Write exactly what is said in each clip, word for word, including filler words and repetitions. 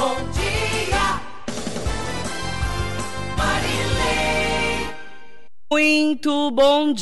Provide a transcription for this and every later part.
Bom dia, Marilei. Muito bom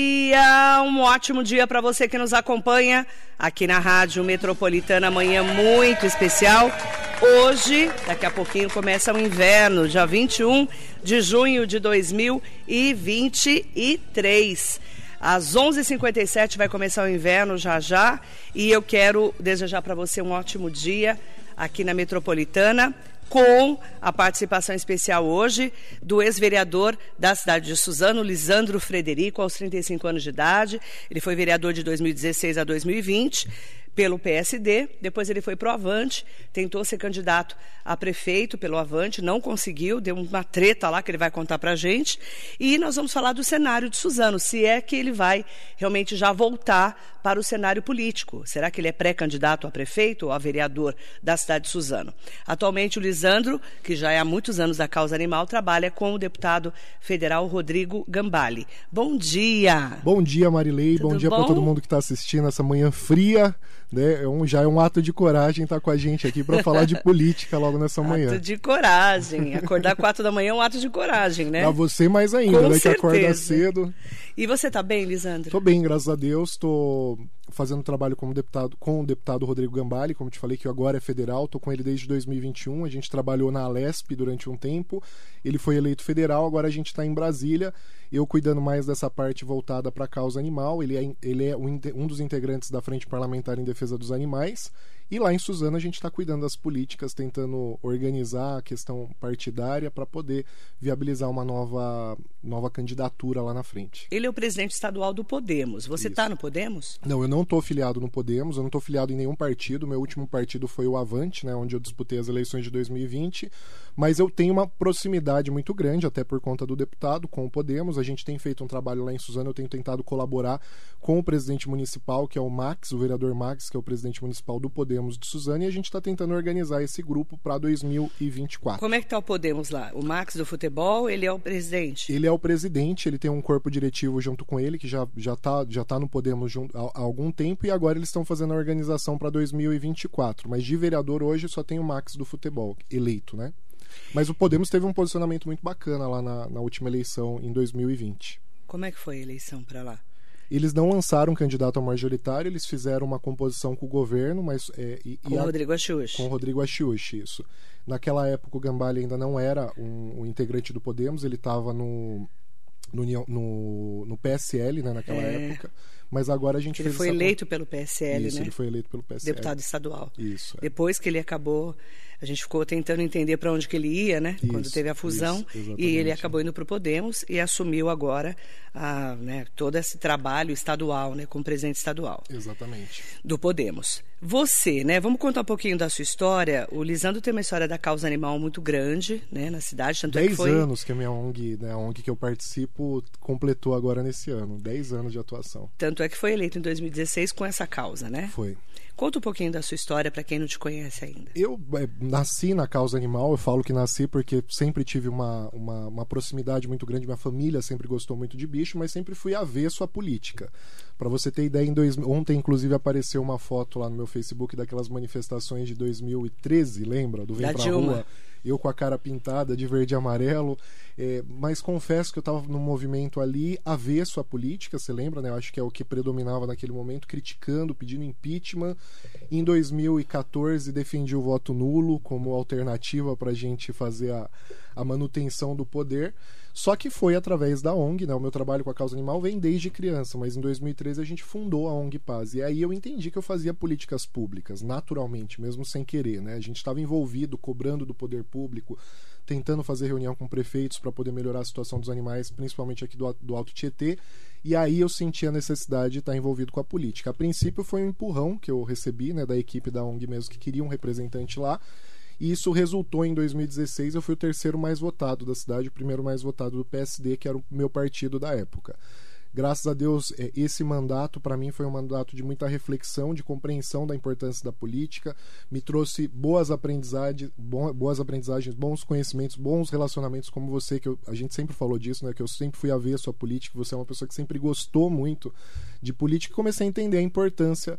dia, um ótimo dia para você que nos acompanha aqui na Rádio Metropolitana, manhã muito especial. Hoje, daqui a pouquinho, começa o inverno, dia vinte e um de junho de dois mil e vinte e três. Às onze e cinquenta e sete vai começar o inverno já já e eu quero desejar para você um ótimo dia aqui na Metropolitana, com a participação especial hoje do ex-vereador da cidade de Suzano, Lisandro Frederico, aos trinta e cinco anos de idade. Ele foi vereador de dois mil e dezesseis a dois mil e vinte pelo P S D, depois ele foi para o Avante, tentou ser candidato a prefeito pelo Avante, não conseguiu, deu uma treta lá que ele vai contar para a gente, e nós vamos falar do cenário de Suzano, se é que ele vai realmente já voltar para o cenário político. Será que ele é pré-candidato a prefeito ou a vereador da cidade de Suzano? Atualmente o Lisandro, que já é há muitos anos da causa animal, trabalha com o deputado federal Rodrigo Gambale. Bom dia! Bom dia, Marilei, Tudo bom dia para todo mundo que está assistindo essa manhã fria. Né? É um, já é um ato de coragem estar com a gente aqui para falar de política logo nessa manhã. Ato de coragem. Acordar quatro da manhã é um ato de coragem, né? Para você mais ainda, com né? certeza. Que acorda cedo. E você tá bem, Lisandro? Tô bem, graças a Deus. Tô fazendo trabalho como deputado, com o deputado Rodrigo Gambale, como te falei, que agora é federal. Tô com ele desde dois mil e vinte e um. A gente trabalhou na Alesp durante um tempo. Ele foi eleito federal, agora a gente está em Brasília. Eu cuidando mais dessa parte voltada para a causa animal. Ele é, ele é um dos integrantes da Frente Parlamentar em Defesa dos Animais. E lá em Suzano a gente está cuidando das políticas, tentando organizar a questão partidária para poder viabilizar uma nova, nova candidatura lá na frente. Ele é o presidente estadual do Podemos. Você está no Podemos? Não, eu não estou filiado no Podemos, eu não estou filiado em nenhum partido. Meu último partido foi o Avante, né, onde eu disputei as eleições de dois mil e vinte. Mas eu tenho uma proximidade muito grande, até por conta do deputado, com o Podemos. A gente tem feito um trabalho lá em Suzano, eu tenho tentado colaborar com o presidente municipal, que é o Max, o vereador Max, que é o presidente municipal do Podemos de Suzano, e a gente está tentando organizar esse grupo para dois mil e vinte e quatro. Como é que está o Podemos lá? O Max do futebol, ele é o presidente? Ele é o presidente, ele tem um corpo diretivo junto com ele, que já já está já tá no Podemos junto, há, há algum tempo, e agora eles estão fazendo a organização para dois mil e vinte e quatro. Mas de vereador hoje só tem o Max do futebol, eleito, né? Mas o Podemos teve um posicionamento muito bacana lá na, na última eleição, em dois mil e vinte. Como é que foi a eleição para lá? Eles não lançaram um candidato ao majoritário, eles fizeram uma composição com o governo, mas... É, e, com o Rodrigo Achiuchi. Com o Rodrigo Achiuchi, isso. Naquela época o Gambale ainda não era um, um integrante do Podemos, ele estava no, no, no, no P S L, né, naquela é. época. Mas agora a gente ele fez foi essa... eleito pelo P S L, isso, né? ele foi eleito pelo P S L. Deputado estadual. Isso. É. Depois que ele acabou, a gente ficou tentando entender para onde que ele ia, né? Isso, quando teve a fusão, isso, e ele acabou indo para o Podemos e assumiu agora a, né, todo esse trabalho estadual, né, como presidente estadual. Exatamente. Do Podemos. Você, né? Vamos contar um pouquinho da sua história. O Lisandro tem uma história da causa animal muito grande, né, na cidade. Tanto Dez é que foi... anos que a minha O N G, né, a O N G que eu participo, completou agora nesse ano. Dez anos de atuação. Tanto é que foi eleito em dois mil e dezesseis com essa causa, né? Foi. Conta um pouquinho da sua história para quem não te conhece ainda. Eu é, nasci na causa animal, eu falo que nasci porque sempre tive uma, uma, uma proximidade muito grande, minha família sempre gostou muito de bicho, mas sempre fui avesso à política. Para você ter ideia, em dois, ontem inclusive apareceu uma foto lá no meu Facebook daquelas manifestações de dois mil e treze, lembra? Do Vem da Pra Dilma. Rua. Eu com a cara pintada de verde e amarelo, é, mas confesso que eu estava num movimento ali avesso à política, você lembra, né? Eu acho que é o que predominava naquele momento, criticando, pedindo impeachment. Em dois mil e quatorze defendi o voto nulo como alternativa para a gente fazer a, a manutenção do poder. Só que foi através da O N G, né? O meu trabalho com a causa animal vem desde criança, mas em dois mil e treze a gente fundou a O N G Paz. E aí eu entendi que eu fazia políticas públicas, naturalmente, mesmo sem querer, né? A gente estava envolvido, cobrando do poder público, tentando fazer reunião com prefeitos para poder melhorar a situação dos animais, principalmente aqui do, do Alto Tietê. E aí eu senti a necessidade de estar envolvido com a política. A princípio foi um empurrão que eu recebi, né, da equipe da O N G mesmo, que queria um representante lá. E isso resultou em dois mil e dezesseis, eu fui o terceiro mais votado da cidade, o primeiro mais votado do P S D, que era o meu partido da época. Graças a Deus, esse mandato para mim foi um mandato de muita reflexão, de compreensão da importância da política, me trouxe boas aprendizagens, boas aprendizagens, bons conhecimentos, bons relacionamentos, como você, que eu, a gente sempre falou disso, né, que eu sempre fui avesso à política, você é uma pessoa que sempre gostou muito de política, e comecei a entender a importância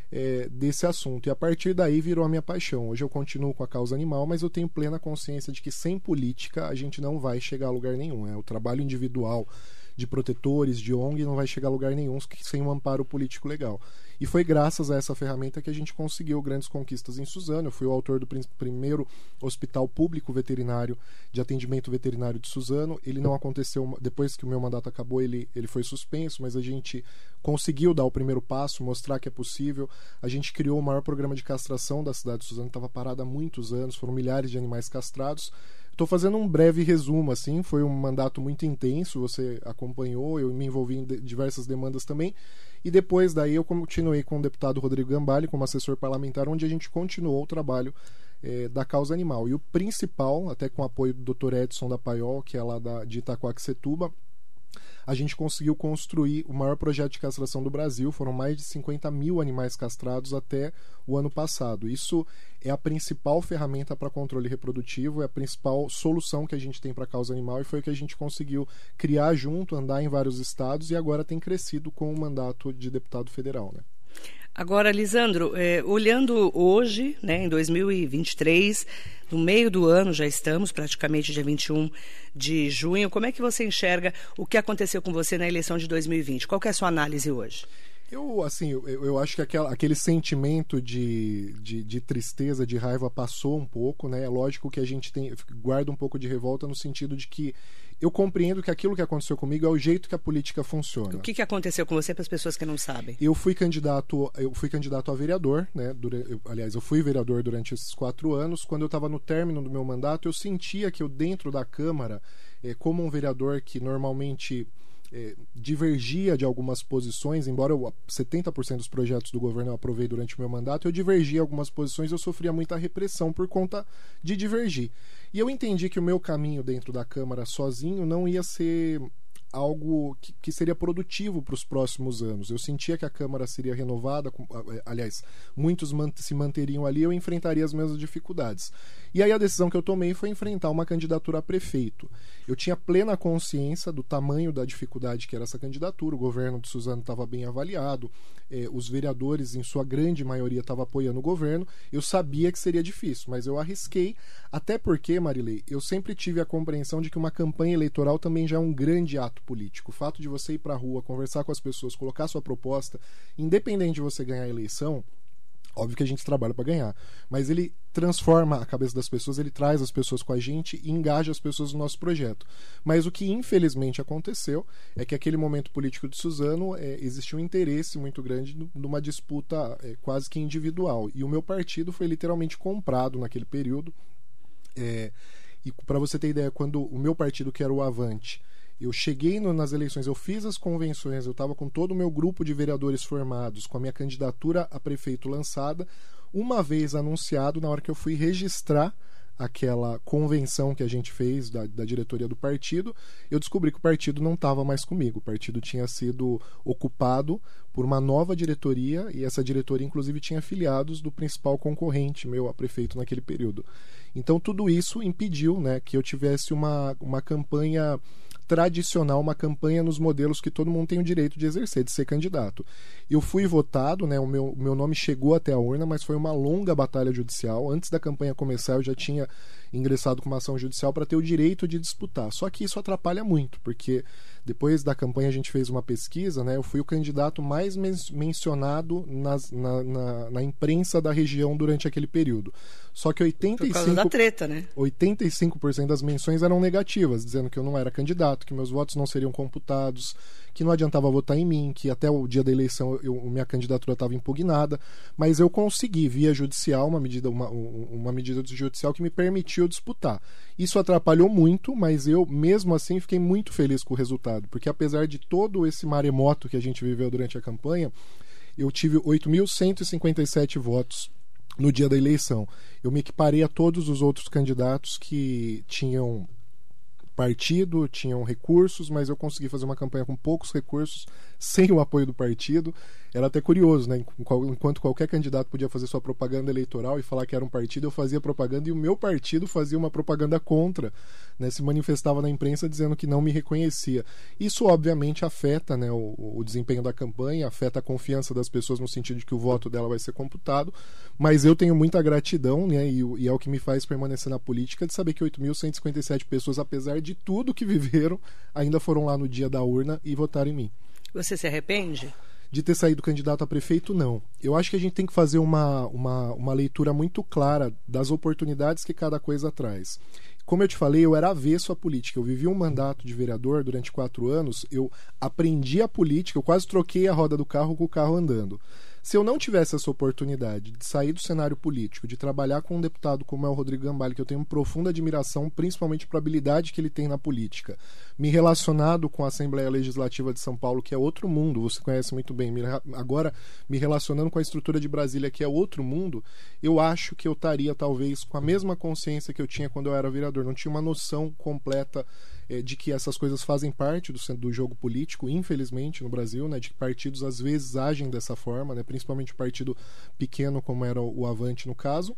é, desse assunto. E a partir daí virou a minha paixão. Hoje eu continuo com a causa animal, mas eu tenho plena consciência de que sem política a gente não vai chegar a lugar nenhum. É o trabalho individual de protetores, de O N G, não vai chegar a lugar nenhum sem um amparo político legal. E foi graças a essa ferramenta que a gente conseguiu grandes conquistas em Suzano. Eu fui o autor do prim- primeiro hospital público veterinário de atendimento veterinário de Suzano. Ele não aconteceu, depois que o meu mandato acabou, ele, ele foi suspenso, mas a gente conseguiu dar o primeiro passo, mostrar que é possível. A gente criou o maior programa de castração da cidade de Suzano, estava parado há muitos anos, foram milhares de animais castrados. Estou fazendo um breve resumo, assim, foi um mandato muito intenso, você acompanhou, eu me envolvi em de- diversas demandas também, e depois daí eu continuei com o deputado Rodrigo Gambale como assessor parlamentar, onde a gente continuou o trabalho eh, da causa animal. E o principal, até com o apoio do doutor Edson da Paiol, que é lá da, de Itaquaquecetuba, a gente conseguiu construir o maior projeto de castração do Brasil. Foram mais de cinquenta mil animais castrados até o ano passado. Isso é a principal ferramenta para controle reprodutivo, é a principal solução que a gente tem para a causa animal, e foi o que a gente conseguiu criar junto, andar em vários estados, e agora tem crescido com o mandato de deputado federal, né? Agora, Lisandro, é, olhando hoje, né, em dois mil e vinte e três, no meio do ano já estamos, praticamente dia vinte e um de junho, como é que você enxerga o que aconteceu com você na eleição de dois mil e vinte? Qual que é a sua análise hoje? Eu, assim, eu, eu acho que aquela, aquele sentimento de, de, de tristeza, de raiva passou um pouco, né? É lógico que a gente tem, guarda um pouco de revolta no sentido de que eu compreendo que aquilo que aconteceu comigo é o jeito que a política funciona. O que, que aconteceu com você para as pessoas que não sabem? Eu fui candidato, eu fui candidato a vereador, né? Durante, eu, aliás, eu fui vereador durante esses quatro anos. Quando eu estava no término do meu mandato, eu sentia que eu, dentro da Câmara, eh, como um vereador que normalmente eh, divergia de algumas posições, embora eu, setenta por cento dos projetos do governo eu aprovei durante o meu mandato, eu divergia algumas posições, eu sofria muita repressão por conta de divergir. E eu entendi que o meu caminho dentro da Câmara sozinho não ia ser algo que, que seria produtivo para os próximos anos. Eu sentia que a Câmara seria renovada, com, aliás, muitos man- se manteriam ali, eu enfrentaria as mesmas dificuldades. E aí a decisão que eu tomei foi enfrentar uma candidatura a prefeito. Eu tinha plena consciência do tamanho da dificuldade que era essa candidatura, o governo de Suzano estava bem avaliado, eh, os vereadores, em sua grande maioria, estavam apoiando o governo, eu sabia que seria difícil, mas eu arrisquei, até porque, Marilei, eu sempre tive a compreensão de que uma campanha eleitoral também já é um grande ato político. O fato de você ir para a rua, conversar com as pessoas, colocar sua proposta, independente de você ganhar a eleição, óbvio que a gente trabalha para ganhar, mas ele transforma a cabeça das pessoas, ele traz as pessoas com a gente e engaja as pessoas no nosso projeto. Mas o que infelizmente aconteceu é que aquele momento político de Suzano é, existiu um interesse muito grande numa disputa é, quase que individual. E o meu partido foi literalmente comprado naquele período. É, e para você ter ideia, quando o meu partido, que era o Avante, eu cheguei no, nas eleições, eu fiz as convenções, eu estava com todo o meu grupo de vereadores formados, com a minha candidatura a prefeito lançada, uma vez anunciado, na hora que eu fui registrar aquela convenção que a gente fez da, da diretoria do partido, eu descobri que o partido não estava mais comigo. O partido tinha sido ocupado por uma nova diretoria, e essa diretoria inclusive tinha afiliados do principal concorrente meu a prefeito naquele período. Então tudo isso impediu, né, que eu tivesse uma, uma campanha tradicional, uma campanha nos modelos que todo mundo tem o direito de exercer, de ser candidato. Eu fui votado, né, o meu, meu nome chegou até a urna, mas foi uma longa batalha judicial. Antes da campanha começar, eu já tinha ingressado com uma ação judicial para ter o direito de disputar. Só que isso atrapalha muito, porque depois da campanha a gente fez uma pesquisa, né, eu fui o candidato mais men- mencionado nas, na, na, na imprensa da região durante aquele período. Só que oitenta e cinco por cento Por causa da treta, né? oitenta e cinco por cento das menções eram negativas, dizendo que eu não era candidato, que meus votos não seriam computados, que não adiantava votar em mim, que até o dia da eleição eu, minha candidatura estava impugnada, mas eu consegui, via judicial, uma medida, uma, uma medida judicial que me permitiu disputar. Isso atrapalhou muito, mas eu, mesmo assim, fiquei muito feliz com o resultado, porque apesar de todo esse maremoto que a gente viveu durante a campanha, eu tive oito mil cento e cinquenta e sete votos no dia da eleição. Eu me equiparei a todos os outros candidatos que tinham partido, tinham recursos, mas eu consegui fazer uma campanha com poucos recursos, sem o apoio do partido. Era até curioso, né? Enquanto qualquer candidato podia fazer sua propaganda eleitoral e falar que era um partido, eu fazia propaganda e o meu partido fazia uma propaganda contra, né? Se manifestava na imprensa dizendo que não me reconhecia. Isso obviamente afeta, né, o, o desempenho da campanha, afeta a confiança das pessoas no sentido de que o voto dela vai ser computado, mas eu tenho muita gratidão, né, e, e é o que me faz permanecer na política, de saber que oito mil cento e cinquenta e sete pessoas, apesar de tudo que viveram, ainda foram lá no dia da urna e votaram em mim. Você se arrepende? De ter saído candidato a prefeito, não. Eu acho que a gente tem que fazer uma, uma, uma leitura muito clara das oportunidades que cada coisa traz. Como eu te falei, eu era avesso à política. Eu vivi um mandato de vereador durante quatro anos, eu aprendi a política, eu quase troquei a roda do carro com o carro andando. Se eu não tivesse essa oportunidade de sair do cenário político, de trabalhar com um deputado como é o Rodrigo Gambale, que eu tenho uma profunda admiração, principalmente para a habilidade que ele tem na política, me relacionado com a Assembleia Legislativa de São Paulo, que é outro mundo, você conhece muito bem, agora me relacionando com a estrutura de Brasília, que é outro mundo, eu acho que eu estaria talvez com a mesma consciência que eu tinha quando eu era vereador, não tinha uma noção completa eh, de que essas coisas fazem parte do, do jogo político, infelizmente, no Brasil, né, de que partidos às vezes agem dessa forma, né, principalmente o partido pequeno como era o Avante no caso.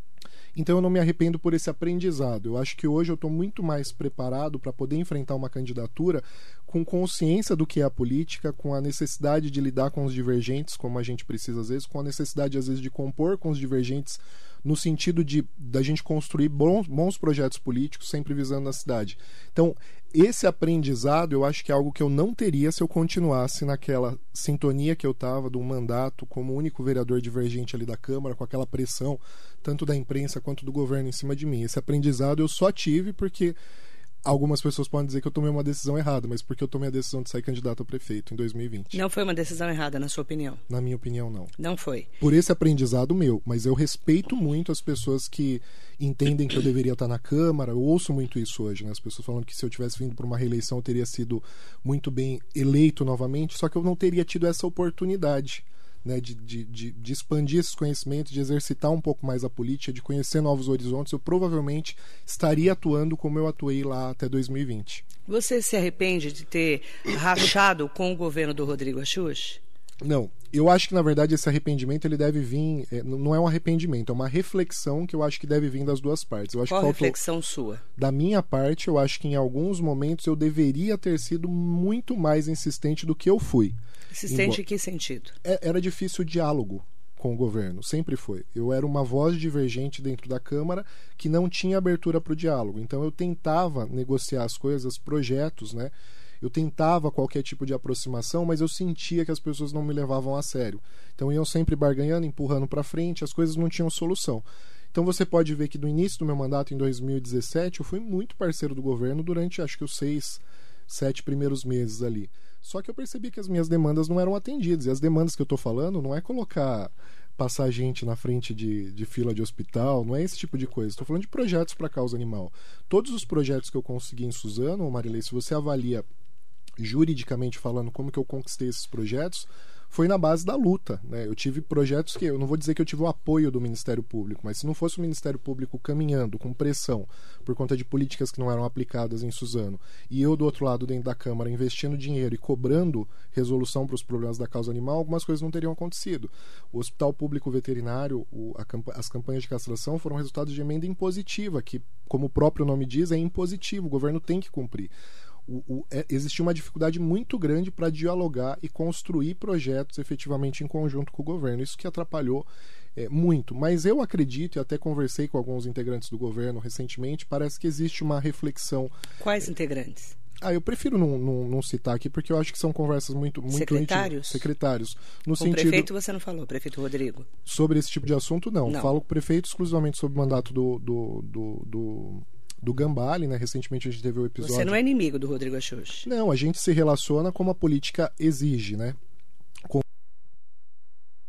Então eu não me arrependo por esse aprendizado. Eu acho que hoje eu estou muito mais preparado para poder enfrentar uma candidatura com consciência do que é a política, com a necessidade de lidar com os divergentes, como a gente precisa às vezes, com a necessidade às vezes de compor com os divergentes no sentido de da gente construir bons, bons projetos políticos sempre visando a cidade. Então, esse aprendizado eu acho que é algo que eu não teria se eu continuasse naquela sintonia que eu estava de um mandato como único vereador divergente ali da Câmara, com aquela pressão tanto da imprensa quanto do governo em cima de mim. Esse aprendizado eu só tive porque algumas pessoas podem dizer que eu tomei uma decisão errada, mas porque eu tomei a decisão de sair candidato a prefeito em dois mil e vinte. Não foi uma decisão errada, na sua opinião? Na minha opinião, não. Não foi? Por esse aprendizado meu, mas eu respeito muito as pessoas que entendem que eu deveria estar na Câmara. Eu ouço muito isso hoje, né? As pessoas falando que se eu tivesse vindo para uma reeleição eu teria sido muito bem eleito novamente, só que eu não teria tido essa oportunidade, né, de, de, de, de expandir esses conhecimentos, de exercitar um pouco mais a política, de conhecer novos horizontes. Eu provavelmente estaria atuando como eu atuei lá até dois mil e vinte. Você se arrepende de ter rachado com o governo do Rodrigo Axuxi? Não, eu acho que na verdade esse arrependimento ele deve vir, é, não é um arrependimento, é uma reflexão que eu acho que deve vir das duas partes. Eu acho Qual que a faltou, reflexão sua? Da minha parte, eu acho que em alguns momentos eu deveria ter sido muito mais insistente do que eu fui. Insistente em que sentido? Era difícil o diálogo com o governo, sempre foi. Eu era uma voz divergente dentro da Câmara que não tinha abertura para o diálogo. Então eu tentava negociar as coisas, projetos, né? Eu tentava qualquer tipo de aproximação, mas eu sentia que as pessoas não me levavam a sério. Então iam sempre barganhando, empurrando para frente, as coisas não tinham solução. Então você pode ver que no início do meu mandato, em dois mil e dezessete, eu fui muito parceiro do governo durante, acho que os seis, sete primeiros meses ali. Só que eu percebi que as minhas demandas não eram atendidas. E as demandas que eu estou falando não é colocar, passar gente na frente de, de fila de hospital, não é esse tipo de coisa. Estou falando de projetos para a causa animal. Todos os projetos que eu consegui em Suzano, Marilei, se você avalia juridicamente falando como que eu conquistei esses projetos, foi na base da luta, né? Eu tive projetos que, eu não vou dizer que eu tive o apoio do Ministério Público, mas se não fosse o Ministério Público caminhando com pressão por conta de políticas que não eram aplicadas em Suzano, e eu do outro lado dentro da Câmara investindo dinheiro e cobrando resolução para os problemas da causa animal, algumas coisas não teriam acontecido. O Hospital Público Veterinário, o, a camp- as campanhas de castração foram resultados de emenda impositiva, que, como o próprio nome diz, é impositivo, o governo tem que cumprir. O, o, é, existia uma dificuldade muito grande para dialogar e construir projetos efetivamente em conjunto com o governo. Isso que atrapalhou é, muito. Mas eu acredito, e até conversei com alguns integrantes do governo recentemente, parece que existe uma reflexão. Quais integrantes? Ah, eu prefiro não, não, não citar aqui, porque eu acho que são conversas muito, muito secretários? íntimas. Secretários. No com sentido, o prefeito você não falou, prefeito Rodrigo? Sobre esse tipo de assunto, não. não. Falo com o prefeito exclusivamente sobre o mandato do... do, do, do do Gambale, né? Recentemente a gente teve o episódio... Você não é inimigo do Rodrigo Axuxi? Não, a gente se relaciona como a política exige, né? Com...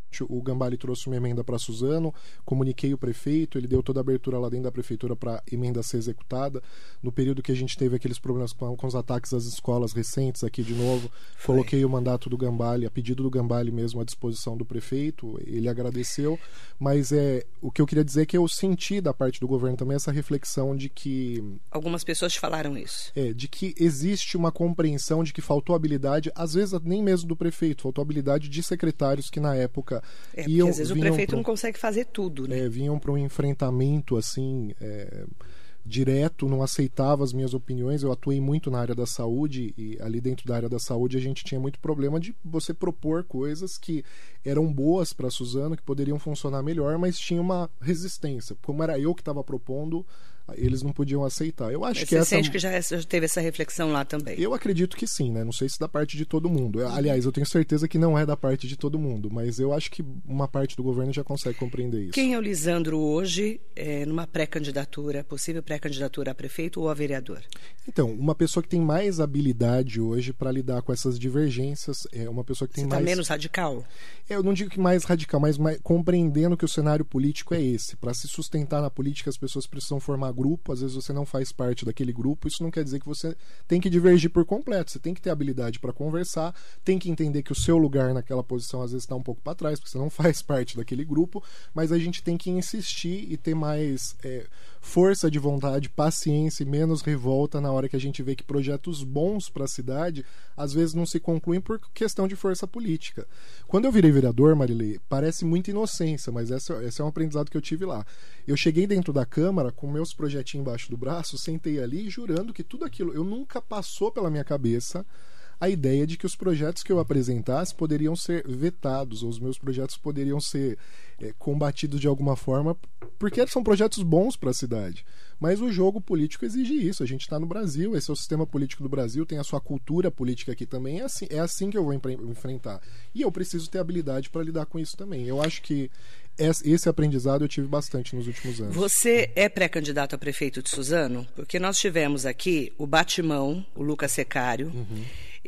O Gambale trouxe uma emenda para Suzano, comuniquei o prefeito, ele deu toda a abertura lá dentro da prefeitura para a emenda ser executada. No período que a gente teve aqueles problemas com, com os ataques às escolas recentes aqui de novo, Foi. coloquei o mandato do Gambale, a pedido do Gambale mesmo, à disposição do prefeito, ele agradeceu, mas é, o que eu queria dizer é que eu senti da parte do governo também essa reflexão de que... Algumas pessoas falaram isso. É, de que existe uma compreensão de que faltou habilidade, às vezes nem mesmo do prefeito, faltou habilidade de secretários que na época... É, porque às vezes o prefeito pro, não consegue fazer tudo, né? É, vinham para um enfrentamento assim é, direto, não aceitava as minhas opiniões. Eu atuei muito na área da saúde e ali dentro da área da saúde a gente tinha muito problema de você propor coisas que eram boas para Suzano, que poderiam funcionar melhor, mas tinha uma resistência. Como era eu que estava propondo, eles não podiam aceitar. Eu acho Você que essa... sente que já, já teve essa reflexão lá também? Eu acredito que sim, né? Não sei se da parte de todo mundo. Aliás, eu tenho certeza que não é da parte de todo mundo, mas eu acho que uma parte do governo já consegue compreender isso. Quem é o Lisandro hoje, é, numa pré-candidatura, possível pré-candidatura a prefeito ou a vereador? Então, uma pessoa que tem mais habilidade hoje para lidar com essas divergências, é uma pessoa que tem Você mais... Você está menos radical? Eu não digo que mais radical, mas mais... compreendendo que o cenário político é esse. Para se sustentar na política, as pessoas precisam formar grupo, às vezes você não faz parte daquele grupo, isso não quer dizer que você tem que divergir por completo, você tem que ter habilidade para conversar, tem que entender que o seu lugar naquela posição às vezes está um pouco para trás, porque você não faz parte daquele grupo, mas a gente tem que insistir e ter mais é, força de vontade, paciência e menos revolta na hora que a gente vê que projetos bons para a cidade às vezes não se concluem por questão de força política. Quando eu virei vereador, Marilei, parece muita inocência, mas esse, esse é um aprendizado que eu tive lá. Eu cheguei dentro da Câmara com meus projetinhos embaixo do braço, sentei ali jurando que tudo aquilo, eu nunca passou pela minha cabeça a ideia de que os projetos que eu apresentasse poderiam ser vetados, ou os meus projetos poderiam ser é, combatidos de alguma forma, porque são projetos bons para a cidade. Mas o jogo político exige isso. A gente está no Brasil, esse é o sistema político do Brasil, tem a sua cultura política aqui também, é assim, é assim que eu vou enfrentar. E eu preciso ter habilidade para lidar com isso também. Eu acho que esse aprendizado eu tive bastante nos últimos anos. Você é pré-candidato a prefeito de Suzano? Porque nós tivemos aqui o Batimão, o Lucas Secário. Uhum.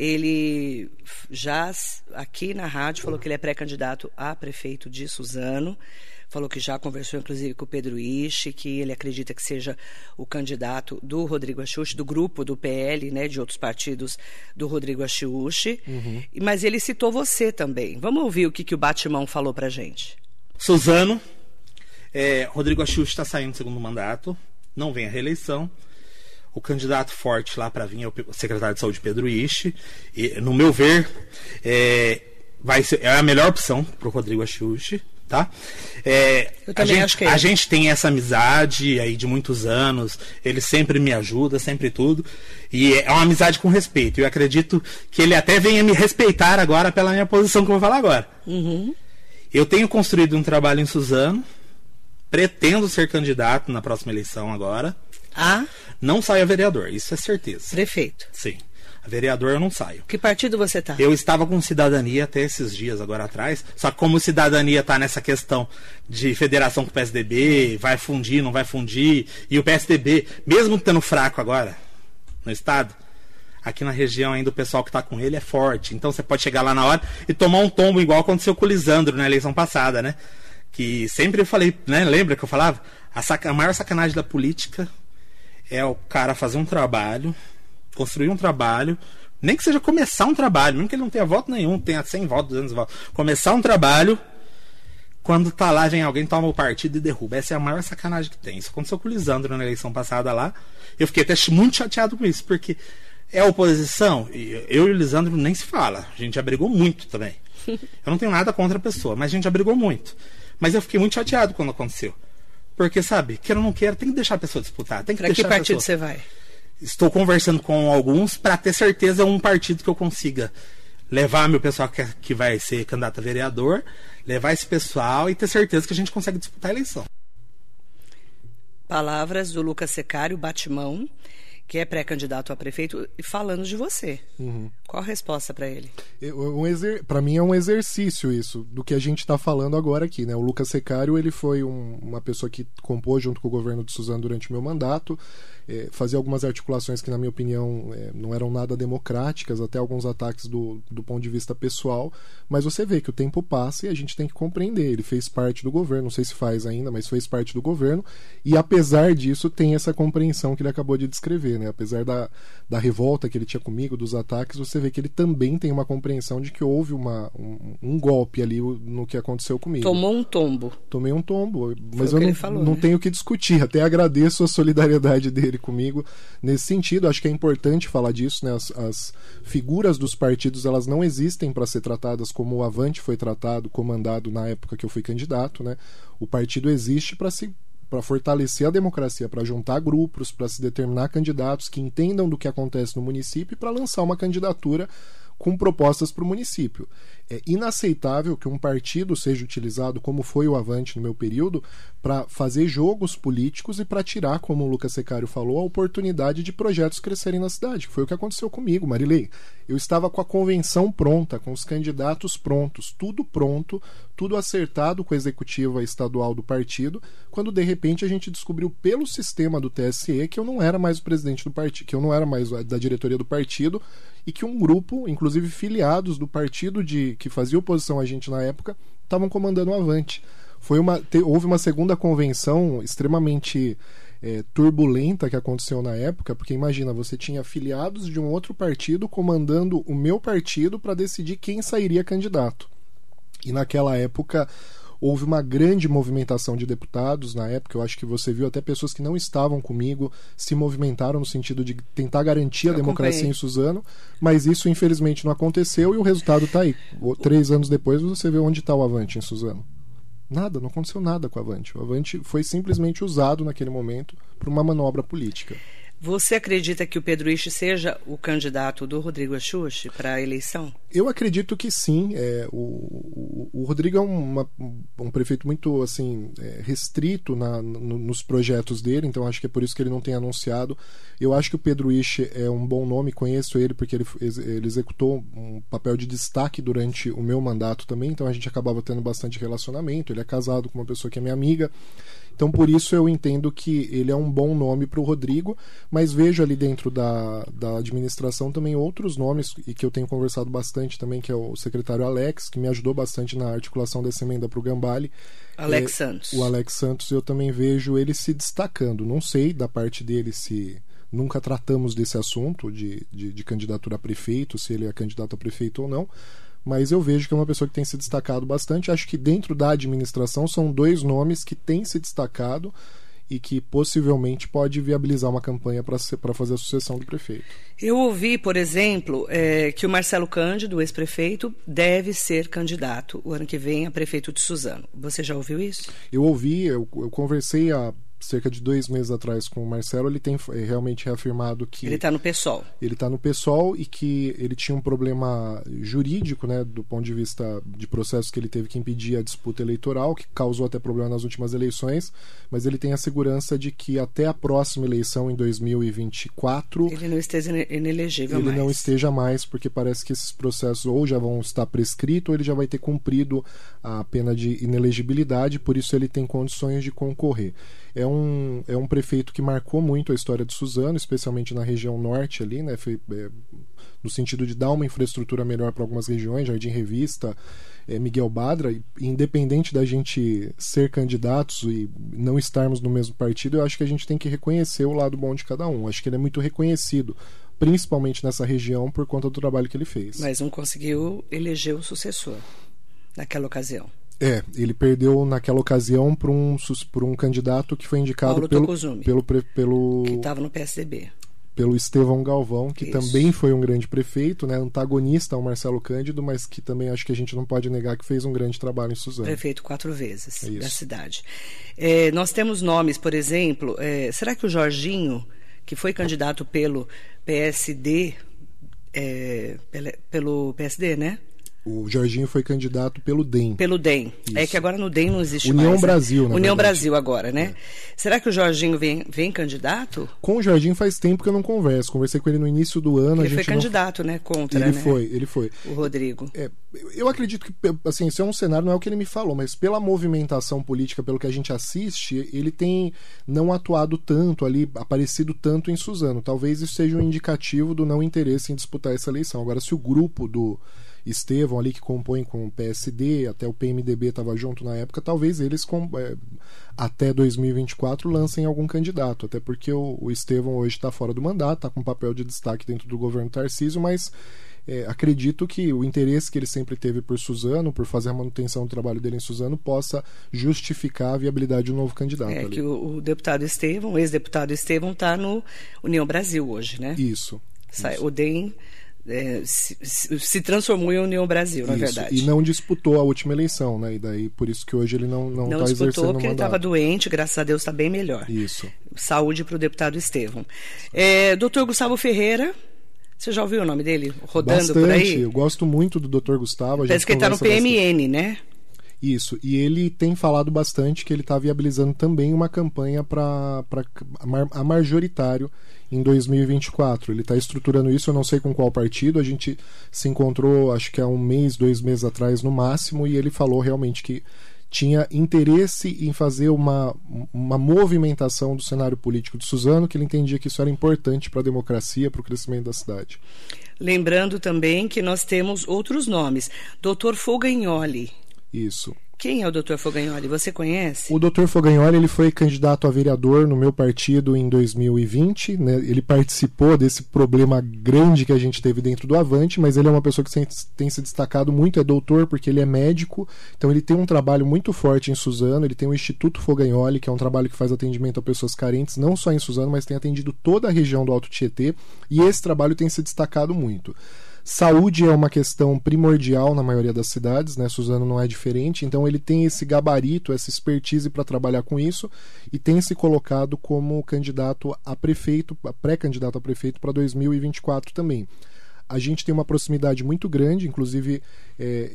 Ele já aqui na rádio falou que ele é pré-candidato a prefeito de Suzano. Falou que já conversou inclusive com o Pedro Ishi, que ele acredita que seja o candidato do Rodrigo Achiuchi, do grupo do P L, né, de outros partidos do Rodrigo Achiuchi. Uhum. Mas ele citou você também. Vamos ouvir o que, que o Batimão falou pra gente. Suzano, é, Rodrigo Achiuchi está saindo do segundo mandato, não vem a reeleição. O candidato forte lá para vir é o secretário de saúde Pedro Ishi. E, no meu ver, é, vai ser, é a melhor opção para o Rodrigo Achiuchi. Tá? É, Eu também a, gente, acho que é. a gente tem essa amizade aí de muitos anos, ele sempre me ajuda, sempre tudo, e é uma amizade com respeito. Eu acredito que ele até venha me respeitar agora pela minha posição que eu vou falar agora. Uhum. Eu tenho construído um trabalho em Suzano, pretendo ser candidato na próxima eleição agora. Ah? Não saio a vereador, isso é certeza. Prefeito. Sim. A vereador eu não saio. Que partido você tá? Eu estava com Cidadania até esses dias agora atrás, só que como Cidadania está nessa questão de federação com o P S D B, vai fundir, não vai fundir, e o P S D B, mesmo estando fraco agora no estado, aqui na região ainda o pessoal que está com ele é forte, então você pode chegar lá na hora e tomar um tombo igual aconteceu com o Lisandro na eleição passada, né? Que sempre eu falei, né? Lembra que eu falava? A, saca... a maior sacanagem da política é o cara fazer um trabalho, construir um trabalho, nem que seja começar um trabalho, mesmo que ele não tenha voto nenhum, tenha cem votos, duzentos votos, começar um trabalho, quando tá lá, vem alguém, toma o partido e derruba. Essa é a maior sacanagem que tem. Isso aconteceu com o Lisandro na eleição passada lá. Eu fiquei até muito chateado com isso, porque é oposição, e eu e o Lisandro nem se fala, a gente já brigou muito também. Eu não tenho nada contra a pessoa, mas a gente já brigou muito. Mas eu fiquei muito chateado quando aconteceu. Porque, sabe, queira ou não queira, tem que deixar a pessoa disputar. Tem que pra deixar que partido você vai? Estou conversando com alguns para ter certeza um partido que eu consiga levar meu pessoal que, que vai ser candidato a vereador, levar esse pessoal e ter certeza que a gente consegue disputar a eleição. Palavras do Lucas Secário, Batimão, que é pré-candidato a prefeito, falando de você. Uhum. Qual a resposta para ele? Um exer... Para mim é um exercício isso, do que a gente está falando agora aqui, né? O Lucas Secário, ele foi um, uma pessoa que compôs junto com o governo de Suzano durante o meu mandato, é, fazia algumas articulações que, na minha opinião, é, não eram nada democráticas, até alguns ataques do, do ponto de vista pessoal, mas você vê que o tempo passa e a gente tem que compreender. Ele fez parte do governo, não sei se faz ainda, mas fez parte do governo, e apesar disso tem essa compreensão que ele acabou de descrever, né? Apesar da, da revolta que ele tinha comigo, dos ataques, você vê que ele também tem uma compreensão de que houve uma, um, um golpe ali no que aconteceu comigo. Tomou um tombo. Tomei um tombo, mas Foi eu não, falou, não né? tenho o que discutir. Até agradeço a solidariedade dele comigo nesse sentido. Acho que é importante falar disso, né? As, as figuras dos partidos, elas não existem para ser tratadas como o Avante foi tratado, comandado na época que eu fui candidato, né? O partido existe para se para fortalecer a democracia, para juntar grupos, para se determinar candidatos que entendam do que acontece no município e para lançar uma candidatura com propostas para o município. É inaceitável que um partido seja utilizado, como foi o Avante no meu período, para fazer jogos políticos e para tirar, como o Lucas Secário falou, a oportunidade de projetos crescerem na cidade, que foi o que aconteceu comigo, Marilei. Eu estava com a convenção pronta, com os candidatos prontos, tudo pronto, tudo acertado com a executiva estadual do partido, quando de repente a gente descobriu pelo sistema do T S E que eu não era mais o presidente do partido, que eu não era mais da diretoria do partido, e que um grupo, inclusive filiados do partido de, que fazia oposição a gente na época, estavam comandando o Avante. Foi uma, te, houve uma segunda convenção extremamente é, turbulenta que aconteceu na época, porque imagina, você tinha filiados de um outro partido comandando o meu partido para decidir quem sairia candidato. E naquela época houve uma grande movimentação de deputados na época. Eu acho que você viu até pessoas que não estavam comigo se movimentaram no sentido de tentar garantir a Eu democracia acompanhei. em Suzano, mas isso infelizmente não aconteceu e o resultado está aí. O- Três anos depois você vê onde está o Avante em Suzano. Nada, não aconteceu nada com o Avante. O Avante foi simplesmente usado naquele momento para uma manobra política. Você acredita que o Pedro Ixi seja o candidato do Rodrigo Axuxi para a eleição? Eu acredito que sim. É, o, o, o Rodrigo é uma, um prefeito muito assim, é, restrito na, no, nos projetos dele, então acho que é por isso que ele não tem anunciado. Eu acho que o Pedro Ixi é um bom nome, conheço ele porque ele, ele executou um papel de destaque durante o meu mandato também, então a gente acabava tendo bastante relacionamento. Ele é casado com uma pessoa que é minha amiga. Então, por isso, eu entendo que ele é um bom nome para o Rodrigo, mas vejo ali dentro da, da administração também outros nomes, e que eu tenho conversado bastante também, que é o secretário Alex, que me ajudou bastante na articulação dessa emenda para o Gambale. Alex É, Santos. O Alex Santos, eu também vejo ele se destacando. Não sei da parte dele se... Nunca tratamos desse assunto de, de, de candidatura a prefeito, se ele é candidato a prefeito ou não, mas eu vejo que é uma pessoa que tem se destacado bastante. Acho que dentro da administração são dois nomes que têm se destacado e que possivelmente pode viabilizar uma campanha para fazer a sucessão do prefeito. Eu ouvi, por exemplo, é, que o Marcelo Cândido, o ex-prefeito, deve ser candidato o ano que vem a prefeito de Suzano. Você já ouviu isso? Eu ouvi, eu, eu conversei há cerca de dois meses atrás com o Marcelo, ele tem é, realmente reafirmado que... Ele está no PSOL. Ele está no PSOL e que ele tinha um problema jurídico, né, do ponto de vista de processos que ele teve que impedir a disputa eleitoral, que causou até problema nas últimas eleições, mas ele tem a segurança de que até a próxima eleição, em dois mil e vinte e quatro... Ele não esteja inelegível ele mais. não esteja mais, porque parece que esses processos ou já vão estar prescritos ou ele já vai ter cumprido a pena de inelegibilidade, por isso ele tem condições de concorrer. É um, é um prefeito que marcou muito a história de Suzano, especialmente na região norte ali, né? Foi, é, no sentido de dar uma infraestrutura melhor para algumas regiões, Jardim Revista, é, Miguel Badra, e, independente da gente ser candidatos e não estarmos no mesmo partido, eu acho que a gente tem que reconhecer o lado bom de cada um. Acho que ele é muito reconhecido, principalmente nessa região, por conta do trabalho que ele fez. Mas não conseguiu eleger o sucessor naquela ocasião. É, ele perdeu naquela ocasião por um, por um candidato que foi indicado Paulo pelo, Tokozumi, pelo, pelo, que estava no P S D B. pelo Estevão Galvão, que Isso. também foi um grande prefeito, né, antagonista ao Marcelo Cândido, mas que também acho que a gente não pode negar que fez um grande trabalho em Suzano. Prefeito quatro vezes É isso. da cidade. É, nós temos nomes, por exemplo, é, será que o Jorginho, que foi candidato pelo P S D, é, pela- pelo P S D, né? O Jorginho foi candidato pelo D E M. Pelo D E M. Isso. É que agora no D E M não existe União mais. né? Brasil, na União verdade. Brasil agora, né? É. Será que o Jorginho vem, vem candidato? Com o Jorginho faz tempo que eu não converso. Conversei com ele no início do ano. Ele a gente foi não... candidato, né? Contra, Ele né? foi, ele foi. O Rodrigo. É, eu acredito que, assim, isso é um cenário, não é o que ele me falou, mas pela movimentação política, pelo que a gente assiste, ele tem não atuado tanto ali, aparecido tanto em Suzano. Talvez isso seja um indicativo do não interesse em disputar essa eleição. Agora, se o grupo do Estevão ali, que compõe com o P S D, até o P M D B estava junto na época, talvez eles com, é, até dois mil e vinte e quatro lancem algum candidato, até porque o, o Estevão hoje está fora do mandato, está com um papel de destaque dentro do governo Tarcísio, mas é, acredito que o interesse que ele sempre teve por Suzano, por fazer a manutenção do trabalho dele em Suzano, possa justificar a viabilidade de um novo candidato. É ali. que o, o deputado Estevão, o ex-deputado Estevão, está no União Brasil hoje, né? Isso. Sai, isso. o D E M é, se, se, se transformou em União Brasil, na Isso, verdade. e não disputou a última eleição, né? E daí por isso que hoje ele não não Não está disputou exercendo porque o ele estava mandato. doente, graças a Deus está bem melhor. Isso. Saúde para o deputado Estevão. É, doutor Gustavo Ferreira, você já ouviu o nome dele rodando Bastante. por aí? Eu gosto muito do doutor Gustavo. A Parece gente que ele está no conversa P M N, bastante. né? Isso, e ele tem falado bastante que ele está viabilizando também uma campanha para a majoritário em dois mil e vinte e quatro. Ele está estruturando isso, eu não sei com qual partido, a gente se encontrou acho que há um mês, dois meses atrás no máximo, e ele falou realmente que tinha interesse em fazer uma, uma movimentação do cenário político de Suzano, que ele entendia que isso era importante para a democracia, para o crescimento da cidade. Lembrando também que nós temos outros nomes. doutor Fogagnoli. Isso. Quem é o doutor Fogagnoli? Você conhece? O doutor Fogagnoli, ele foi candidato a vereador no meu partido em dois mil e vinte, né? Ele participou desse problema grande que a gente teve dentro do Avante, mas ele é uma pessoa que tem se destacado muito, é doutor porque ele é médico, então ele tem um trabalho muito forte em Suzano, ele tem o Instituto Fogagnoli, que é um trabalho que faz atendimento a pessoas carentes, não só em Suzano, mas tem atendido toda a região do Alto Tietê, e esse trabalho tem se destacado muito. Saúde é uma questão primordial na maioria das cidades, né? Suzano não é diferente, então ele tem esse gabarito, essa expertise para trabalhar com isso e tem se colocado como candidato a prefeito, pré-candidato a prefeito para dois mil e vinte e quatro também. A gente tem uma proximidade muito grande, inclusive é,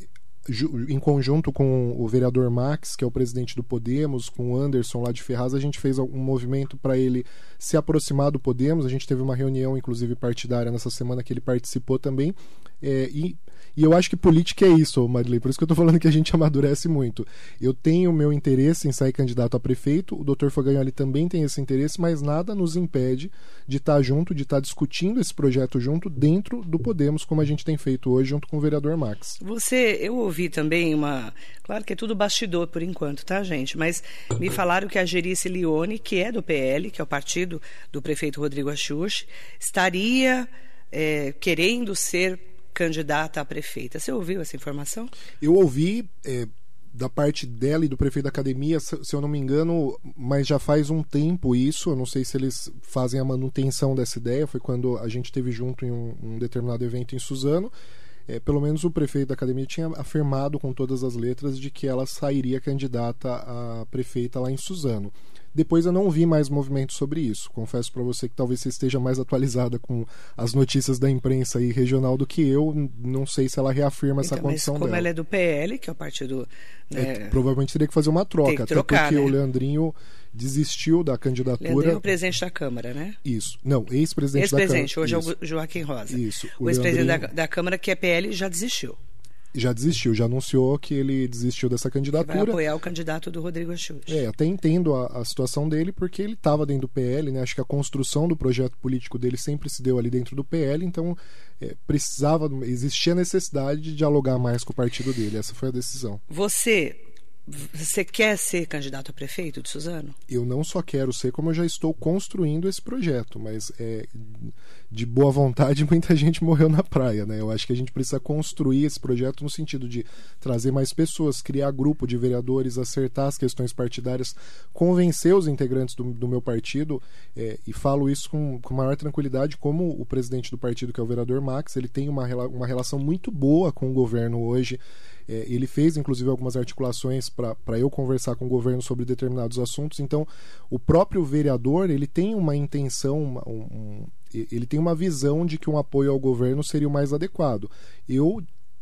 em conjunto com o vereador Max, que é o presidente do Podemos, com o Anderson lá de Ferraz, a gente fez um movimento para ele se aproximar do Podemos. A gente teve uma reunião, inclusive partidária, nessa semana que ele participou também. É, e, e eu acho que política é isso, Marilei, por isso que eu estou falando que a gente amadurece muito. Eu tenho o meu interesse em sair candidato a prefeito, o doutor Fogagnoli também tem esse interesse, mas nada nos impede de estar junto, de estar discutindo esse projeto junto dentro do Podemos, como a gente tem feito hoje junto com o vereador Max. Você, eu ouvi também uma... Claro que é tudo bastidor por enquanto, tá, gente? Mas me falaram que a Gerice Lione, que é do P L, que é o partido do prefeito Rodrigo Axuxi, estaria é, querendo ser candidata a prefeita. Você ouviu essa informação? Eu ouvi é, da parte dela e do prefeito da academia, se eu não me engano, mas já faz um tempo isso, eu não sei se eles fazem a manutenção dessa ideia, foi quando a gente esteve junto em um, um determinado evento em Suzano. É, pelo menos o prefeito da academia tinha afirmado com todas as letras de que ela sairia candidata a prefeita lá em Suzano. Depois eu não vi mais movimentos sobre isso. Confesso para você que talvez você esteja mais atualizada com as notícias da imprensa aí regional do que eu. Não sei se ela reafirma essa então, condição mas como dela. ela é do P L, que é o partido... Né, é, provavelmente teria que fazer uma troca, tem que até trocar, porque né? o Leandrinho desistiu da candidatura. Leandrinho é o presidente da Câmara, né? Isso. Não, ex-presidente da Câmara. Ex-presidente, hoje Isso. é o Joaquim Rosa. Isso. O, O ex-presidente Leandrinho... da, da Câmara, que é P L, já desistiu. Já desistiu, já anunciou que ele desistiu dessa Vai candidatura. apoiar o candidato do Rodrigo Axuxi. É, até entendo a, a situação dele, porque ele estava dentro do P L, né? Acho que a construção do projeto político dele sempre se deu ali dentro do P L, então é, precisava, existia necessidade de dialogar mais com o partido dele. Essa foi a decisão. Você, você quer ser candidato a prefeito de Suzano? Eu não só quero ser, como eu já estou construindo esse projeto, mas é, de boa vontade muita gente morreu na praia, né? Eu acho que a gente precisa construir esse projeto no sentido de trazer mais pessoas, criar grupo de vereadores, acertar as questões partidárias, convencer os integrantes do, do meu partido, é, e falo isso com, com maior tranquilidade, como o presidente do partido, que é o vereador Max, ele tem uma, uma relação muito boa com o governo hoje. É, ele fez, inclusive, algumas articulações para eu conversar com o governo sobre determinados assuntos. Então, o próprio vereador, ele tem uma intenção, uma, um, ele tem uma visão de que um apoio ao governo seria o mais adequado. Eu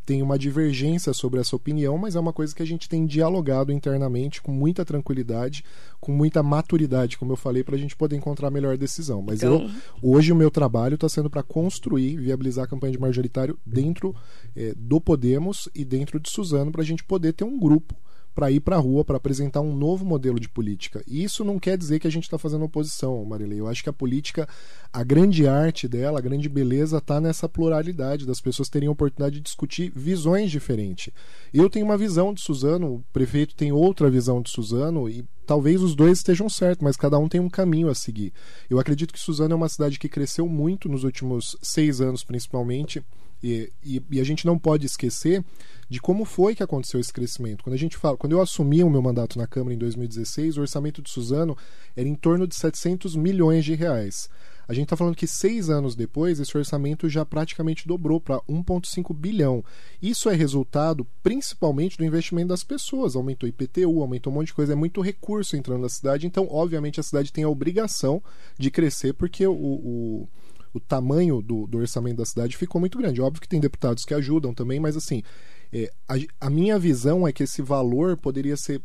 tem uma divergência sobre essa opinião, mas é uma coisa que a gente tem dialogado internamente com muita tranquilidade, com muita maturidade, como eu falei, para a gente poder encontrar a melhor decisão. Mas então... eu, hoje o meu trabalho está sendo para construir, viabilizar a campanha de majoritário dentro é, do Podemos e dentro de Suzano, para a gente poder ter um grupo para ir para a rua, para apresentar um novo modelo de política. E isso não quer dizer que a gente está fazendo oposição, Marilei. Eu acho que a política, a grande arte dela, a grande beleza está nessa pluralidade, das pessoas terem a oportunidade de discutir visões diferentes. Eu tenho uma visão de Suzano, o prefeito tem outra visão de Suzano, e talvez os dois estejam certos, mas cada um tem um caminho a seguir. Eu acredito que Suzano é uma cidade que cresceu muito nos últimos seis anos, principalmente, e, e, e a gente não pode esquecer de como foi que aconteceu esse crescimento. Quando a gente fala, quando eu assumi o meu mandato na Câmara em dois mil e dezesseis, o orçamento de Suzano era em torno de setecentos milhões de reais. A gente está falando que seis anos depois, esse orçamento já praticamente dobrou para um vírgula cinco bilhão. Isso é resultado principalmente do investimento das pessoas. Aumentou I P T U, aumentou um monte de coisa. É muito recurso entrando na cidade. Então, obviamente, a cidade tem a obrigação de crescer, porque o... o o tamanho do, do orçamento da cidade ficou muito grande. Óbvio que tem deputados que ajudam também, mas assim, é, a, a minha visão é que esse valor poderia ser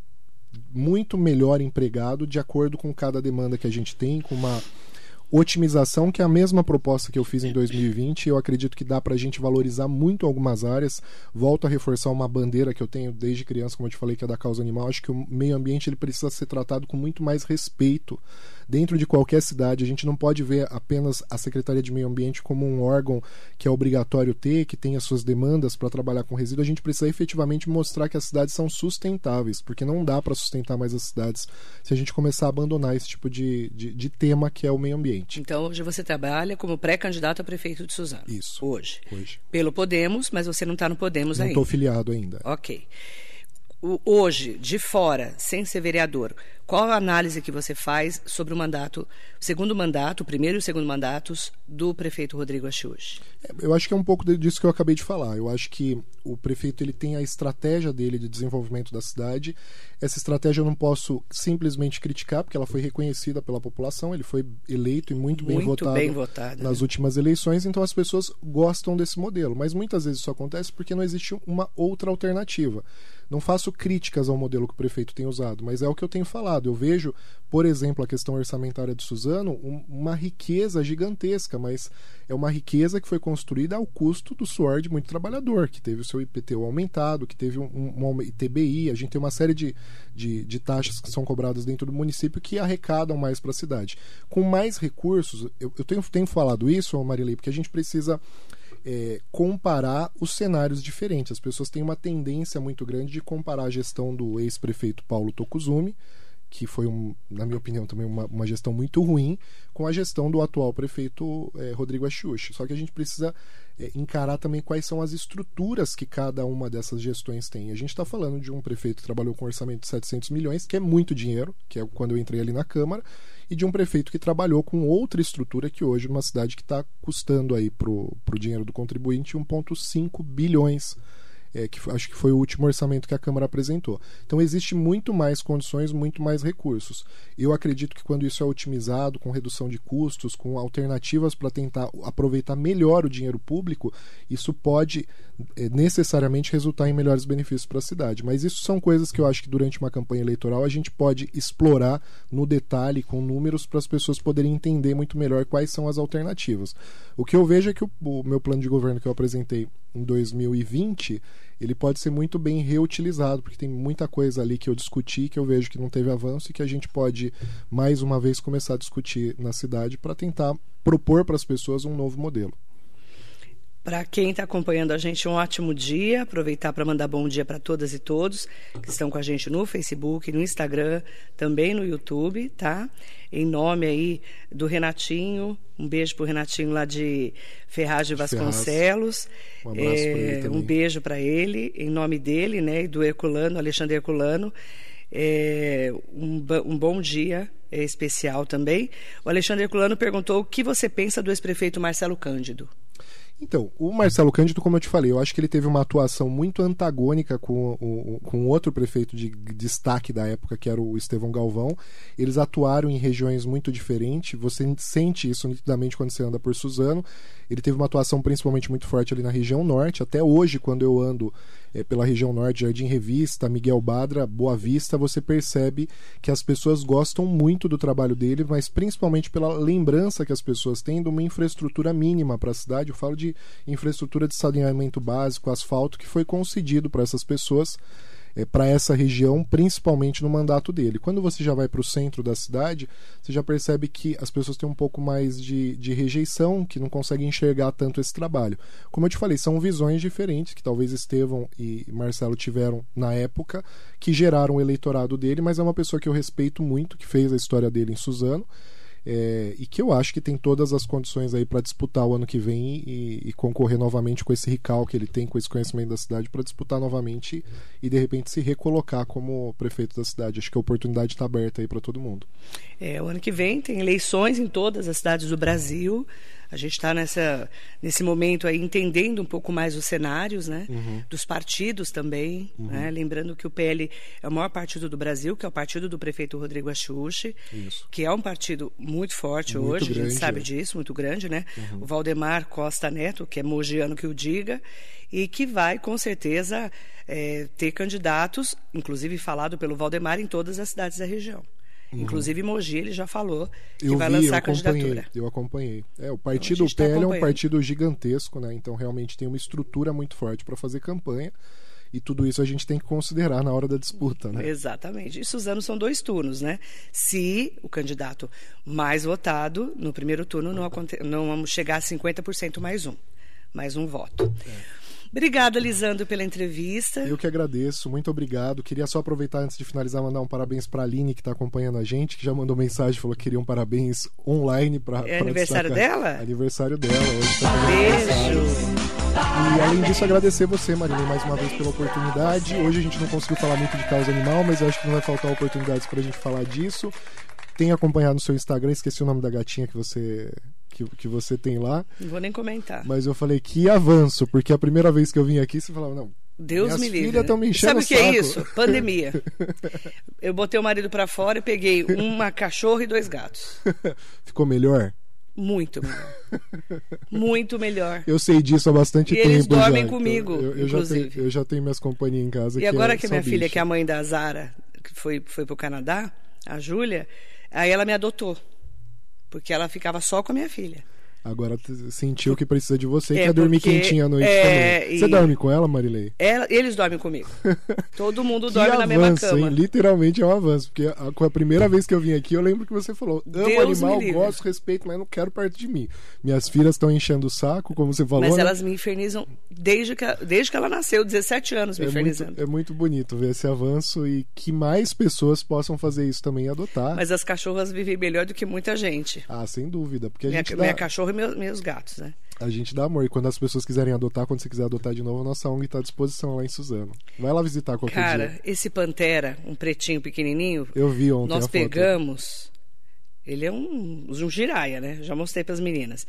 muito melhor empregado de acordo com cada demanda que a gente tem, com uma otimização, que é a mesma proposta que eu fiz em dois mil e vinte. Eu acredito que dá para a gente valorizar muito algumas áreas. Volto a reforçar uma bandeira que eu tenho desde criança, como eu te falei, que é da causa animal. Acho que o meio ambiente ele precisa ser tratado com muito mais respeito dentro de qualquer cidade. A gente não pode ver apenas a Secretaria de Meio Ambiente como um órgão que é obrigatório ter, que tem as suas demandas para trabalhar com resíduo. A gente precisa efetivamente mostrar que as cidades são sustentáveis, porque não dá para sustentar mais as cidades se a gente começar a abandonar esse tipo de, de, de tema que é o meio ambiente. Então, hoje você trabalha como pré-candidato a prefeito de Suzano. Isso. Hoje. Hoje. Pelo Podemos, mas você não está no Podemos não ainda. Não estou filiado ainda. Ok. O, hoje, de fora, sem ser vereador, qual a análise que você faz sobre o mandato, o segundo mandato, o primeiro e o segundo mandatos do prefeito Rodrigo Achiuchi? Eu acho que é um pouco disso que eu acabei de falar. Eu acho que o prefeito ele tem a estratégia dele de desenvolvimento da cidade. Essa estratégia eu não posso simplesmente criticar, porque ela foi reconhecida pela população, ele foi eleito e muito, muito bem votado, bem votado nas né? últimas eleições, então as pessoas gostam desse modelo. Mas muitas vezes isso acontece porque não existe uma outra alternativa. Não faço críticas ao modelo que o prefeito tem usado, mas é o que eu tenho falado. Eu vejo, por exemplo, a questão orçamentária de Suzano, um, uma riqueza gigantesca, mas é uma riqueza que foi construída ao custo do suor de muito trabalhador, que teve o seu I P T U aumentado, que teve um, um I T B I, a gente tem uma série de, de, de taxas que são cobradas dentro do município que arrecadam mais para a cidade. Com mais recursos, eu, eu tenho, tenho falado isso, Marilei, porque a gente precisa... É, comparar os cenários diferentes. As pessoas têm uma tendência muito grande de comparar a gestão do ex-prefeito Paulo Tokuzumi, que foi, um, na minha opinião, também uma, uma gestão muito ruim, com a gestão do atual prefeito é, Rodrigo Achiuchi. Só que a gente precisa é, encarar também quais são as estruturas que cada uma dessas gestões tem. A gente está falando de um prefeito que trabalhou com um orçamento de setecentos milhões, que é muito dinheiro, que é quando eu entrei ali na Câmara, e de um prefeito que trabalhou com outra estrutura que hoje, numa cidade que está custando aí para o dinheiro do contribuinte um vírgula cinco bilhões. É, que acho que foi o último orçamento que a Câmara apresentou. Então existe muito mais condições, muito mais recursos. Eu acredito que quando isso é otimizado, com redução de custos, com alternativas para tentar aproveitar melhor o dinheiro público, isso pode é, necessariamente resultar em melhores benefícios para a cidade. Mas isso são coisas que eu acho que durante uma campanha eleitoral a gente pode explorar no detalhe, com números, para as pessoas poderem entender muito melhor quais são as alternativas. O que eu vejo é que o, o meu plano de governo que eu apresentei em dois mil e vinte, ele pode ser muito bem reutilizado, porque tem muita coisa ali que eu discuti, que eu vejo que não teve avanço e que a gente pode, mais uma vez, começar a discutir na cidade para tentar propor para as pessoas um novo modelo. Para quem está acompanhando a gente, um ótimo dia. Aproveitar para mandar bom dia para todas e todos que estão com a gente no Facebook, no Instagram, também no YouTube, tá? Em nome aí do Renatinho, um beijo para o Renatinho lá de Ferraz de Vasconcelos. Um abraço é, para ele também. Um beijo para ele, em nome dele, né? E do Herculano, Alexandre Herculano. É, um, um bom dia é, especial também. O Alexandre Herculano perguntou o que você pensa do ex-prefeito Marcelo Cândido. Então, o Marcelo Cândido, como eu te falei, eu acho que ele teve uma atuação muito antagônica com o com outro prefeito de destaque da época, que era o Estevão Galvão. Eles atuaram em regiões muito diferentes, você sente isso nitidamente quando você anda por Suzano. Ele teve uma atuação principalmente muito forte ali na região norte. Até hoje, quando eu ando é, pela região norte, Jardim Revista, Miguel Badra, Boa Vista, você percebe que as pessoas gostam muito do trabalho dele, mas principalmente pela lembrança que as pessoas têm de uma infraestrutura mínima para a cidade. Eu falo de infraestrutura de saneamento básico, asfalto, que foi concedido para essas pessoas, é, para essa região, principalmente no mandato dele. Quando você já vai para o centro da cidade, você já percebe que as pessoas têm um pouco mais de, de rejeição, que não conseguem enxergar tanto esse trabalho. Como eu te falei, são visões diferentes que talvez Estevão e Marcelo tiveram na época, que geraram o eleitorado dele, mas é uma pessoa que eu respeito muito, que fez a história dele em Suzano. É, e que eu acho que tem todas as condições aí para disputar o ano que vem e, e concorrer novamente com esse recalque que ele tem, com esse conhecimento da cidade, para disputar novamente e, e de repente se recolocar como prefeito da cidade. Acho que a oportunidade está aberta aí para todo mundo. É, o ano que vem tem eleições em todas as cidades do Brasil. A gente está nesse momento aí entendendo um pouco mais os cenários, né? Uhum. Dos partidos também. Uhum. Né? Lembrando que o P L é o maior partido do Brasil, que é o partido do prefeito Rodrigo Axuxi, que é um partido muito forte muito hoje, grande, a gente sabe é. disso, muito grande, né? Uhum. O Valdemar Costa Neto, que é mogiano que o diga, e que vai, com certeza, é, ter candidatos, inclusive falado pelo Valdemar, em todas as cidades da região. Uhum. Inclusive Mogi, ele já falou que eu vai vi, lançar eu a candidatura. Eu acompanhei. É, o partido então, P L tá é um partido gigantesco, né? Então realmente tem uma estrutura muito forte para fazer campanha. E tudo isso a gente tem que considerar na hora da disputa, né? Exatamente. E Suzano são dois turnos, né? Se o candidato mais votado no primeiro turno não, aconte... não chegar a cinquenta por cento mais um. Mais um voto. É. Obrigada, Lisandro, pela entrevista. Eu que agradeço, muito obrigado. Queria só aproveitar, antes de finalizar, mandar um parabéns para a Aline, que está acompanhando a gente, que já mandou mensagem, falou que queria um parabéns online para É aniversário dela? Aniversário dela. Hoje tá Beijo! E além disso, agradecer você, Marilene, mais uma vez pela oportunidade. Hoje a gente não conseguiu falar muito de causa animal, mas eu acho que não vai faltar oportunidades para a gente falar disso. Tenho acompanhado no seu Instagram, esqueci o nome da gatinha que você... Que, que você tem lá. Não vou nem comentar. Mas eu falei que avanço, porque a primeira vez que eu vim aqui, você falava, não, Deus me livre. Minhas filhas estão me enchendo o saco. Sabe o que é isso? Pandemia. Eu botei o marido pra fora e peguei uma cachorra e dois gatos. Ficou melhor? Muito melhor. Muito melhor. Eu sei disso há bastante e tempo. E eles dormem já, comigo, então, eu, eu inclusive. Já tenho, eu já tenho minhas companhias em casa. E agora que, é a minha bicho. filha, que é a mãe da Zara, que foi, foi pro Canadá, a Júlia, aí ela me adotou. Porque ela ficava só com a minha filha. Agora sentiu que precisa de você e é quer dormir porque, quentinha à noite é, também. Você e... dorme com ela, Marilei? Ela, eles dormem comigo. Todo mundo que dorme avanço, na mesma cama. Hein? Literalmente é um avanço. Porque a, com a primeira vez que eu vim aqui, eu lembro que você falou: amo Deus animal, gosto, respeito, mas não quero perto de mim. Minhas filhas estão enchendo o saco, como você falou. Mas né? elas me infernizam desde que, desde que ela nasceu, dezessete anos me é infernizando. Muito, é muito bonito ver esse avanço e que mais pessoas possam fazer isso também e adotar. Mas as cachorras vivem melhor do que muita gente. Ah, sem dúvida. Porque a minha, gente minha dá... cachorra e meus, meus gatos, né? A gente dá amor. E quando as pessoas quiserem adotar, quando você quiser adotar de novo, a nossa O N G está à disposição lá em Suzano. Vai lá visitar qualquer Cara, dia. esse Pantera, um pretinho pequenininho, eu vi ontem nós a pegamos... Foto. Ele é um, um giraia, né? Já mostrei para as meninas.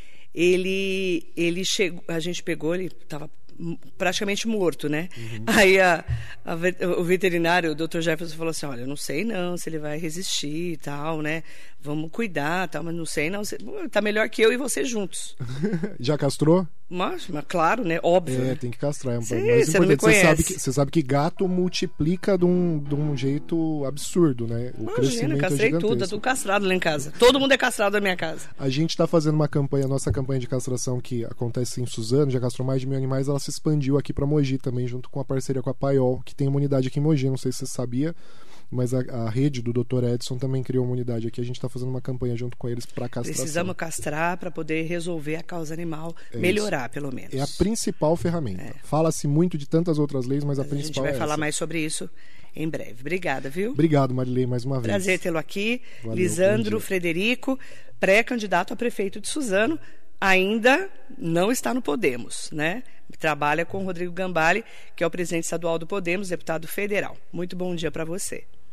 Ele, ele chegou... A gente pegou, ele estava praticamente morto, né? Uhum. Aí a, a, o veterinário, o doutor Jefferson, falou assim: olha, eu não sei não se ele vai resistir e tal, né? Vamos cuidar, tal, mas não sei não. Tá melhor que eu e você juntos. Já castrou? Mas, mas claro, né? Óbvio. É, né? tem que castrar. É um Sim, mais você não me conhece. Você sabe, que, você sabe que gato multiplica de um, de um jeito absurdo, né? O Imagina, crescimento castrei é gigantesco. tudo, tá tudo castrado lá em casa. Todo mundo é castrado na minha casa. A gente está fazendo uma campanha, nossa campanha de castração que acontece em Suzano, já castrou mais de mil animais, ela se expandiu aqui para Mogi também, junto com a parceria com a Paiol, que tem uma unidade aqui em Mogi, não sei se você sabia, mas a, a rede do doutor Edson também criou uma unidade aqui. A gente está fazendo uma campanha junto com eles para castração. Precisamos castrar para poder resolver a causa animal, é melhorar isso. Pelo menos. É a principal ferramenta. É. Fala-se muito de tantas outras leis, mas, mas a principal é essa. A gente vai é falar essa. mais sobre isso em breve. Obrigada, viu? Obrigado, Marilei, mais uma vez. Prazer tê-lo aqui. Valeu, Lisandro Frederico, pré-candidato a prefeito de Suzano, ainda não está no Podemos, né? Trabalha com o Rodrigo Gambale, que é o presidente estadual do Podemos, deputado federal. Muito bom dia para você.